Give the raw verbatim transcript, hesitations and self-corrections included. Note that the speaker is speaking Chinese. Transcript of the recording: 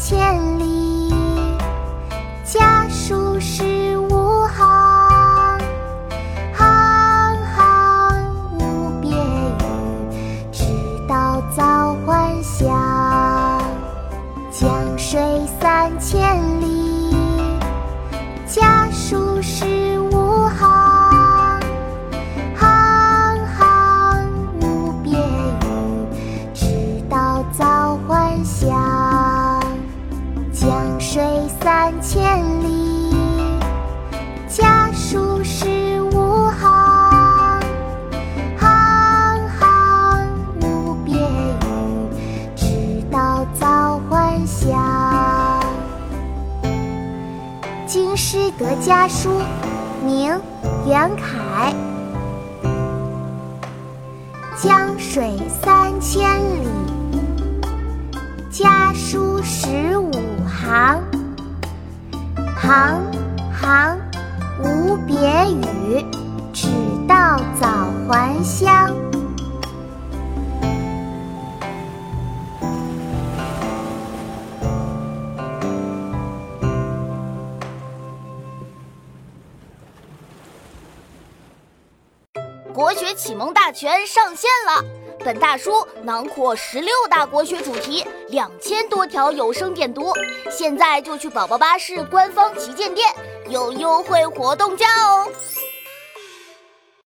千里，家书十五行，行行无别语，直到早还乡。江水三千里，家书十五行，行行无别语，直到早还乡。江水三千里，家书十五行，行行无别语，直到早还乡。京师得家书，明·袁凯。江水三千里，家书十五行，行行无别语，直到早还乡。 国学启蒙大全上线了！本大书囊括十六大国学主题，两千多条有声点读。现在就去宝宝巴士官方旗舰店，有优惠活动价哦！